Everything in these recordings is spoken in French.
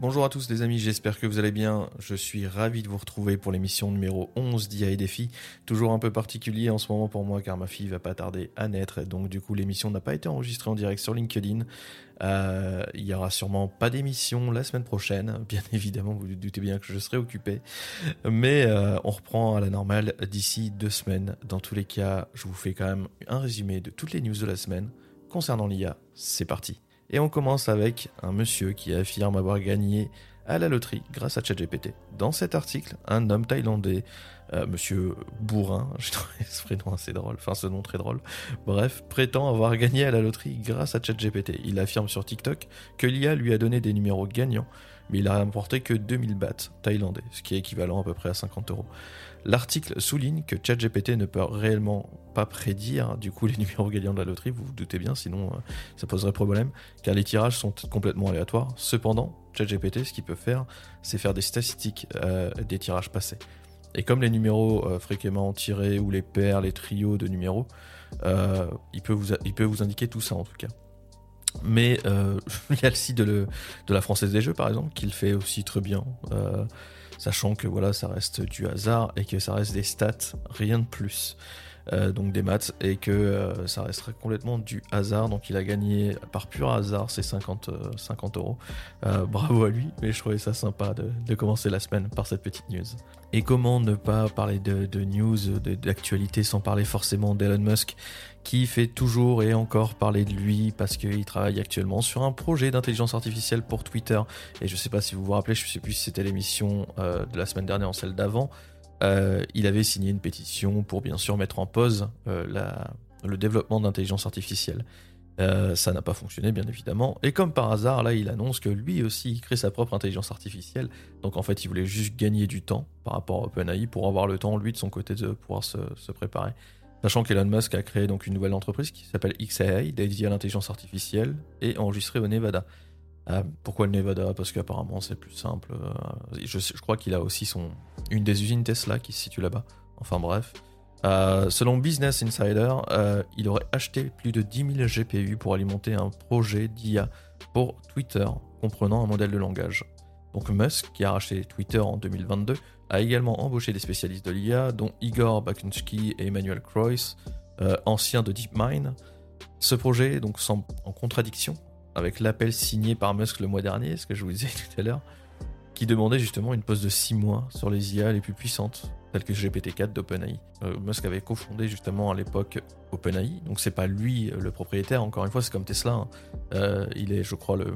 Bonjour à tous les amis, j'espère que vous allez bien. Je suis ravi de vous retrouver pour l'émission numéro 11 d'IA et Défis. Toujours un peu particulier en ce moment pour moi car ma fille va pas tarder à naître. Et donc du coup l'émission n'a pas été enregistrée en direct sur LinkedIn. Il y aura sûrement pas d'émission la semaine prochaine. Bien évidemment, vous vous doutez bien que je serai occupé. Mais on reprend à la normale d'ici 2 semaines. Dans tous les cas, je vous fais quand même un résumé de toutes les news de la semaine concernant l'IA. C'est parti. Et on commence avec un monsieur qui affirme avoir gagné à la loterie grâce à ChatGPT. Dans cet article, un homme thaïlandais, monsieur Bourrin, je trouvais ce prénom assez drôle, enfin ce nom très drôle, bref, prétend avoir gagné à la loterie grâce à ChatGPT. Il affirme sur TikTok que l'IA lui a donné des numéros gagnants, mais il a remporté que 2000 bahts thaïlandais, ce qui est équivalent à peu près à 50 €. L'article souligne que ChatGPT ne peut réellement pas prédire du coup les numéros gagnants de la loterie, vous vous doutez bien, sinon ça poserait problème, car les tirages sont complètement aléatoires. Cependant, ChatGPT, ce qu'il peut faire, c'est faire des statistiques des tirages passés. Et comme les numéros fréquemment tirés, ou les paires, les trios de numéros, il peut vous indiquer tout ça en tout cas. Mais il y a le site de la Française des Jeux par exemple, qui le fait aussi très bien. Sachant que voilà, ça reste du hasard et que ça reste des stats, rien de plus. Donc des maths, et que ça resterait complètement du hasard. Donc il a gagné par pur hasard ses 50 €. Bravo à lui, mais je trouvais ça sympa de commencer la semaine par cette petite news. Et comment ne pas parler de news, d'actualité, sans parler forcément d'Elon Musk, qui fait toujours et encore parler de lui parce qu'il travaille actuellement sur un projet d'intelligence artificielle pour Twitter. Et je sais pas si vous vous rappelez, je sais plus si c'était l'émission de la semaine dernière ou celle d'avant, il avait signé une pétition pour bien sûr mettre en pause le développement d'intelligence artificielle. Ça n'a pas fonctionné bien évidemment, et comme par hasard là il annonce que lui aussi il crée sa propre intelligence artificielle. Donc en fait il voulait juste gagner du temps par rapport à OpenAI pour avoir le temps lui de son côté de pouvoir se préparer. Sachant qu'Elon Musk a créé donc une nouvelle entreprise qui s'appelle XAI, dédiée à l'intelligence artificielle et enregistrée au Nevada. Pourquoi le Nevada? Parce qu'apparemment c'est plus simple. Je crois qu'il a aussi une des usines Tesla qui se situe là-bas. Enfin bref. Selon Business Insider, il aurait acheté plus de 10 000 GPU pour alimenter un projet d'IA pour Twitter, comprenant un modèle de langage. Donc Musk, qui a racheté Twitter en 2022, a également embauché des spécialistes de l'IA, dont Igor Bakunsky et Emmanuel Croix, anciens de DeepMind. Ce projet donc semble en contradiction avec l'appel signé par Musk le mois dernier, ce que je vous disais tout à l'heure, qui demandait justement une pause de 6 mois sur les IA les plus puissantes, telles que GPT-4 d'OpenAI. Musk avait cofondé justement à l'époque OpenAI, donc c'est pas lui le propriétaire, encore une fois c'est comme Tesla, il est je crois le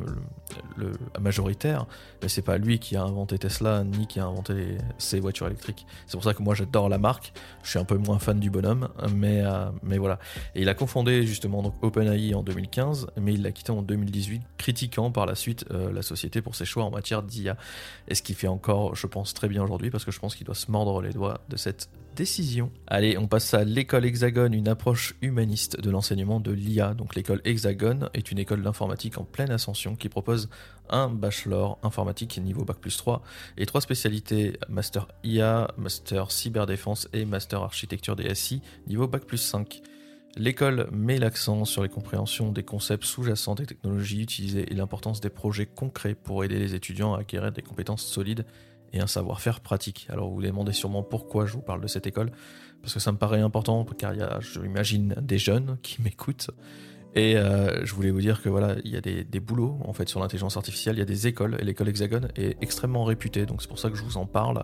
majoritaire, mais c'est pas lui qui a inventé Tesla, ni qui a inventé ses voitures électriques. C'est pour ça que moi j'adore la marque, je suis un peu moins fan du bonhomme, mais voilà. Et il a cofondé justement donc OpenAI en 2015, mais il l'a quitté en 2018, critiquant par la suite la société pour ses choix en matière d'IA. Et ce qui fait encore, je pense, très bien aujourd'hui, parce que je pense qu'il doit se mordre les doigts de cette décision. Allez, on passe à l'école Hexagone, une approche humaniste de l'enseignement de l'IA. Donc l'école Hexagone est une école d'informatique en pleine ascension qui propose un bachelor informatique niveau Bac+3 et 3 spécialités Master IA, Master Cyberdéfense et Master Architecture DSI niveau Bac+5. L'école met l'accent sur les compréhensions des concepts sous-jacents des technologies utilisées et l'importance des projets concrets pour aider les étudiants à acquérir des compétences solides et un savoir-faire pratique. Alors vous vous demandez sûrement pourquoi je vous parle de cette école, parce que ça me paraît important, car il y a, je imagine, des jeunes qui m'écoutent, et je voulais vous dire que voilà, il y a des boulots en fait sur l'intelligence artificielle, il y a des écoles, et l'école Hexagone est extrêmement réputée, donc c'est pour ça que je vous en parle.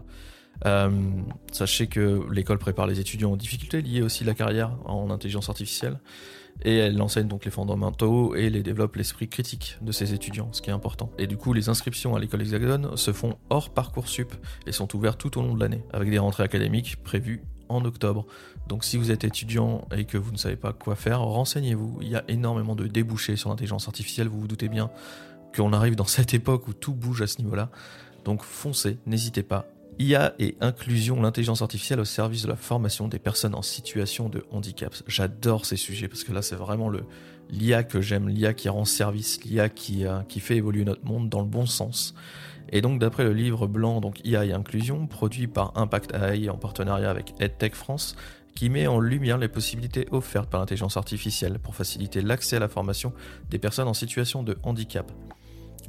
Sachez que l'école prépare les étudiants aux difficultés liées aussi à la carrière en intelligence artificielle, et elle enseigne donc les fondamentaux et les développe l'esprit critique de ses étudiants, ce qui est important. Et du coup, les inscriptions à l'école Hexagone se font hors Parcoursup et sont ouvertes tout au long de l'année, avec des rentrées académiques prévues en octobre. Donc si vous êtes étudiant et que vous ne savez pas quoi faire, renseignez-vous. Il y a énormément de débouchés sur l'intelligence artificielle, vous vous doutez bien qu'on arrive dans cette époque où tout bouge à ce niveau-là. Donc foncez, n'hésitez pas. IA et inclusion, l'intelligence artificielle au service de la formation des personnes en situation de handicap. J'adore ces sujets parce que là c'est vraiment l'IA que j'aime, l'IA qui rend service, l'IA qui fait évoluer notre monde dans le bon sens. Et donc d'après le livre blanc donc IA et inclusion, produit par Impact AI en partenariat avec EdTech France, qui met en lumière les possibilités offertes par l'intelligence artificielle pour faciliter l'accès à la formation des personnes en situation de handicap.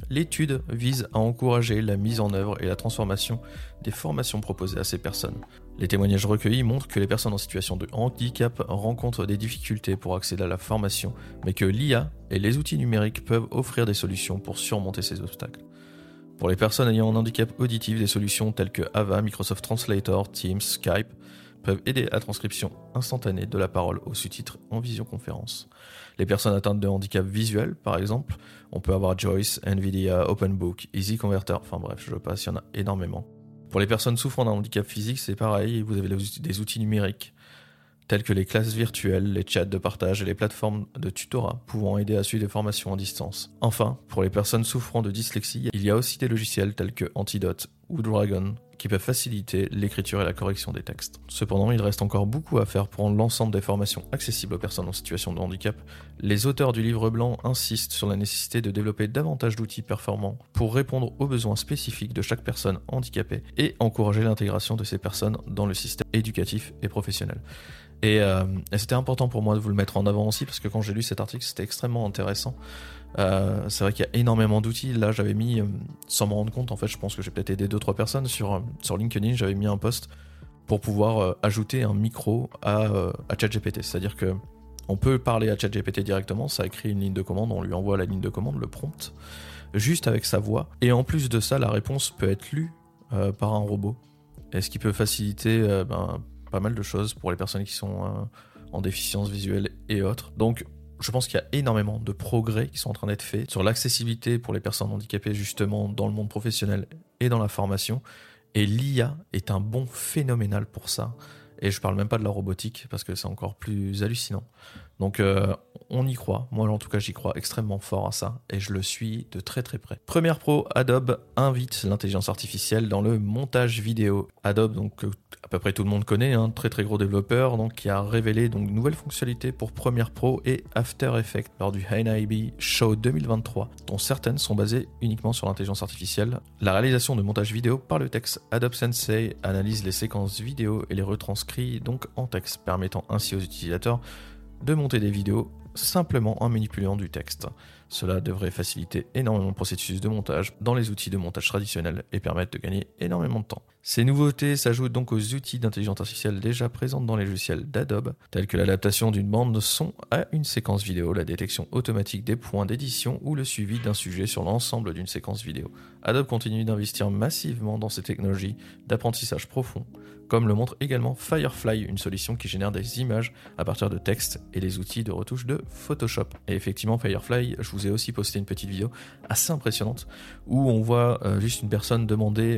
L'étude vise à encourager la mise en œuvre et la transformation des formations proposées à ces personnes. Les témoignages recueillis montrent que les personnes en situation de handicap rencontrent des difficultés pour accéder à la formation, mais que l'IA et les outils numériques peuvent offrir des solutions pour surmonter ces obstacles. Pour les personnes ayant un handicap auditif, des solutions telles que Ava, Microsoft Translator, Teams, Skype peuvent aider à la transcription instantanée de la parole aux sous-titres en visioconférence. Les personnes atteintes de handicap visuel, par exemple, on peut avoir Joyce, Nvidia, OpenBook, Easy Converter, enfin bref, je passe, il y en a énormément. Pour les personnes souffrant d'un handicap physique, c'est pareil, vous avez des outils numériques, tels que les classes virtuelles, les chats de partage et les plateformes de tutorat pouvant aider à suivre des formations à distance. Enfin, pour les personnes souffrant de dyslexie, il y a aussi des logiciels tels que Antidote ou Dragon qui peuvent faciliter l'écriture et la correction des textes. Cependant, il reste encore beaucoup à faire pour rendre l'ensemble des formations accessibles aux personnes en situation de handicap. Les auteurs du livre blanc insistent sur la nécessité de développer davantage d'outils performants pour répondre aux besoins spécifiques de chaque personne handicapée et encourager l'intégration de ces personnes dans le système éducatif et professionnel. Et c'était important pour moi de vous le mettre en avant aussi, parce que quand j'ai lu cet article, c'était extrêmement intéressant. C'est vrai qu'il y a énormément d'outils. Là, j'avais mis, sans m'en rendre compte, en fait, je pense que j'ai peut-être aidé 2-3 personnes sur LinkedIn, j'avais mis un post pour pouvoir ajouter un micro à ChatGPT. C'est-à-dire que on peut parler à ChatGPT directement, ça écrit une ligne de commande, on lui envoie la ligne de commande, le prompt, juste avec sa voix. Et en plus de ça, la réponse peut être lue par un robot. Et ce qui peut faciliter pas mal de choses pour les personnes qui sont en déficience visuelle et autres. Donc, je pense qu'il y a énormément de progrès qui sont en train d'être faits sur l'accessibilité pour les personnes handicapées, justement, dans le monde professionnel et dans la formation. Et l'IA est un bond phénoménal pour ça. Et je parle même pas de la robotique, parce que c'est encore plus hallucinant. Donc, on y croit. Moi, en tout cas, j'y crois extrêmement fort à ça. Et je le suis de très très près. Premiere Pro, Adobe invite l'intelligence artificielle dans le montage vidéo. Adobe, donc à peu près tout le monde connaît, un très très gros développeur, donc, qui a révélé donc, de nouvelles fonctionnalités pour Premiere Pro et After Effects lors du NAB Show 2023, dont certaines sont basées uniquement sur l'intelligence artificielle. La réalisation de montage vidéo par le texte. Adobe Sensei analyse les séquences vidéo et les retranscrit donc en texte, permettant ainsi aux utilisateurs de monter des vidéos simplement en manipulant du texte. Cela devrait faciliter énormément le processus de montage dans les outils de montage traditionnels et permettre de gagner énormément de temps. Ces nouveautés s'ajoutent donc aux outils d'intelligence artificielle déjà présents dans les logiciels d'Adobe, tels que l'adaptation d'une bande son à une séquence vidéo, la détection automatique des points d'édition ou le suivi d'un sujet sur l'ensemble d'une séquence vidéo. Adobe continue d'investir massivement dans ces technologies d'apprentissage profond, comme le montre également Firefly, une solution qui génère des images à partir de texte et les outils de retouche de Photoshop. Et effectivement, Firefly, je vous ai aussi posté une petite vidéo assez impressionnante où on voit juste une personne demander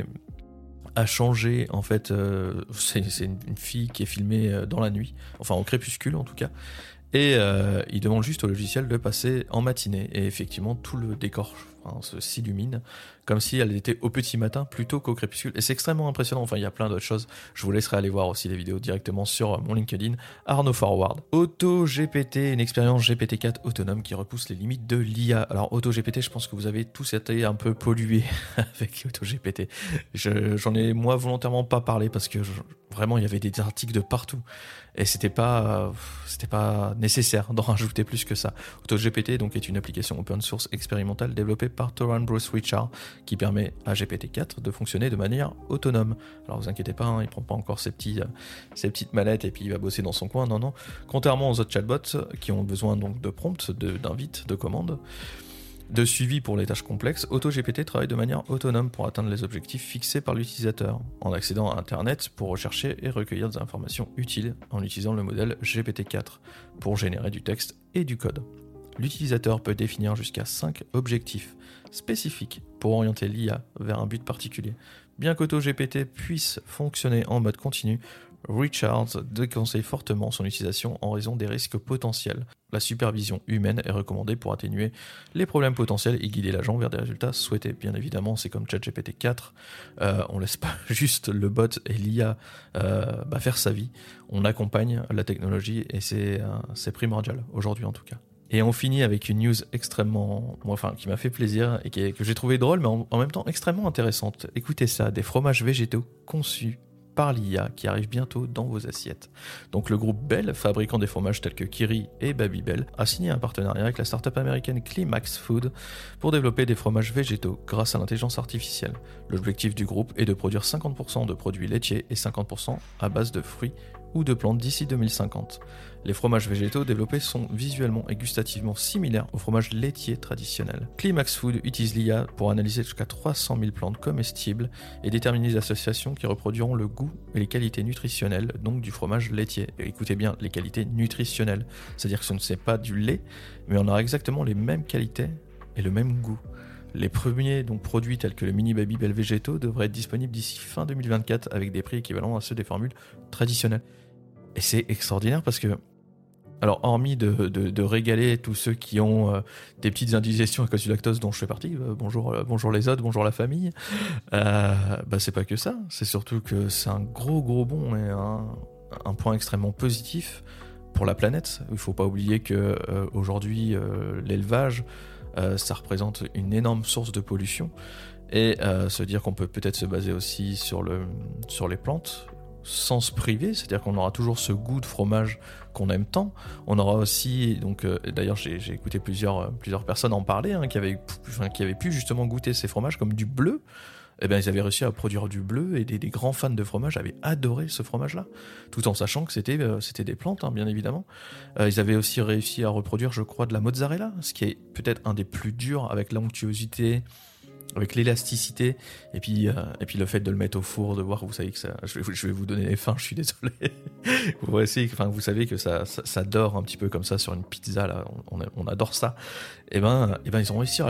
à changer, en fait, c'est une fille qui est filmée dans la nuit, enfin au crépuscule en tout cas, et il demande juste au logiciel de passer en matinée, et effectivement tout le décor s'illumine comme si elle était au petit matin plutôt qu'au crépuscule, et c'est extrêmement impressionnant. Enfin, il y a plein d'autres choses, je vous laisserai aller voir aussi les vidéos directement sur mon LinkedIn, Arnaud Forward. AutoGPT, une expérience GPT-4 autonome qui repousse les limites de l'IA. Alors AutoGPT, je pense que vous avez tous été un peu pollués avec AutoGPT. J'en ai moi volontairement pas parlé parce que vraiment il y avait des articles de partout et c'était pas nécessaire d'en rajouter plus que ça. AutoGPT donc est une application open source expérimentale développée par Thoran Bruce Richard qui permet à GPT-4 de fonctionner de manière autonome. Alors vous inquiétez pas, il prend pas encore ses petites manettes et puis il va bosser dans son coin, non. Contrairement aux autres chatbots qui ont besoin donc de prompts, d'invites, de commandes, de suivi pour les tâches complexes, AutoGPT travaille de manière autonome pour atteindre les objectifs fixés par l'utilisateur, en accédant à Internet pour rechercher et recueillir des informations utiles en utilisant le modèle GPT-4 pour générer du texte et du code. L'utilisateur peut définir jusqu'à 5 objectifs spécifiques pour orienter l'IA vers un but particulier. Bien qu'AutoGPT puisse fonctionner en mode continu, Richards déconseille fortement son utilisation en raison des risques potentiels. La supervision humaine est recommandée pour atténuer les problèmes potentiels et guider l'agent vers des résultats souhaités. Bien évidemment, c'est comme ChatGPT 4, on laisse pas juste le bot et l'IA faire sa vie, on accompagne la technologie et c'est primordial, aujourd'hui en tout cas. Et on finit avec une news qui m'a fait plaisir et que j'ai trouvé drôle, mais en même temps extrêmement intéressante. Écoutez ça, des fromages végétaux conçus par l'IA qui arrive bientôt dans vos assiettes. Donc le groupe Bell, fabricant des fromages tels que Kiri et Babybel, a signé un partenariat avec la start-up américaine Climax Food pour développer des fromages végétaux grâce à l'intelligence artificielle. L'objectif du groupe est de produire 50% de produits laitiers et 50% à base de fruits ou de plantes d'ici 2050. Les fromages végétaux développés sont visuellement et gustativement similaires aux fromages laitiers traditionnels. Climax Food utilise l'IA pour analyser jusqu'à 300 000 plantes comestibles et déterminer les associations qui reproduiront le goût et les qualités nutritionnelles donc du fromage laitier. Et écoutez bien, les qualités nutritionnelles, c'est-à-dire que ce ne c'est pas du lait, mais on aura exactement les mêmes qualités et le même goût. Les premiers produits tels que le mini Babybel végétaux devraient être disponibles d'ici fin 2024 avec des prix équivalents à ceux des formules traditionnelles. Et c'est extraordinaire parce que, alors hormis de régaler tous ceux qui ont des petites indigestions à cause du lactose dont je fais partie, bonjour les autres, bonjour la famille, c'est pas que ça, c'est surtout que c'est un gros bond et un point extrêmement positif pour la planète. Il faut pas oublier que aujourd'hui l'élevage ça représente une énorme source de pollution et se dire qu'on peut peut-être se baser aussi sur les plantes sans se priver, c'est-à-dire qu'on aura toujours ce goût de fromage qu'on aime tant. On aura aussi, d'ailleurs j'ai écouté plusieurs personnes en parler, qui avaient pu justement goûter ces fromages comme du bleu. Eh bien, ils avaient réussi à produire du bleu et des grands fans de fromage avaient adoré ce fromage-là, tout en sachant que c'était des plantes, bien évidemment. Ils avaient aussi réussi à reproduire, je crois, de la mozzarella, ce qui est peut-être un des plus durs avec l'onctuosité, avec l'élasticité, et puis le fait de le mettre au four, de voir, vous savez que ça, je vais vous donner les fins, je suis désolé. Vous savez que ça dort un petit peu comme ça sur une pizza, là, on adore ça. Et ils ont réussi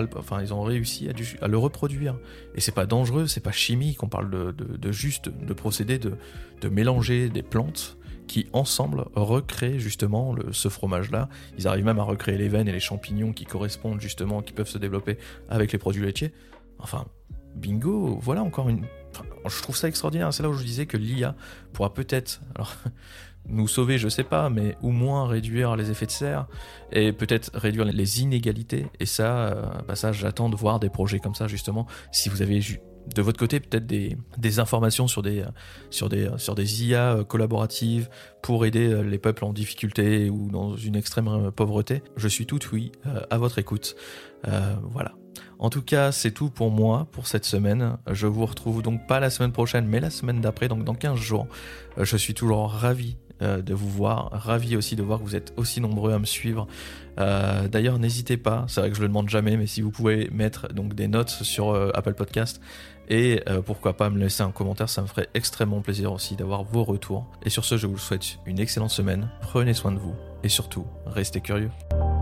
à le reproduire. Et c'est pas dangereux, c'est pas chimique, on parle de juste de procéder de mélanger des plantes qui ensemble recréent justement ce fromage-là. Ils arrivent même à recréer les veines et les champignons qui correspondent justement, qui peuvent se développer avec les produits laitiers. Enfin, bingo, voilà encore je trouve ça extraordinaire. C'est là où je disais que l'IA pourra peut-être nous sauver, je sais pas, mais au moins réduire les effets de serre et peut-être réduire les inégalités. Et ça, j'attends de voir des projets comme ça justement. Si vous avez de votre côté peut-être des informations sur des IA collaboratives pour aider les peuples en difficulté ou dans une extrême pauvreté, je suis tout oui à votre écoute. Voilà. En tout cas, c'est tout pour moi pour cette semaine. Je vous retrouve donc pas la semaine prochaine, mais la semaine d'après, donc dans 15 jours. Je suis toujours ravi de vous voir, ravi aussi de voir que vous êtes aussi nombreux à me suivre. D'ailleurs, n'hésitez pas, c'est vrai que je le demande jamais, mais si vous pouvez mettre donc des notes sur Apple Podcast et pourquoi pas me laisser un commentaire, ça me ferait extrêmement plaisir aussi d'avoir vos retours. Et sur ce, je vous souhaite une excellente semaine, prenez soin de vous et surtout, restez curieux.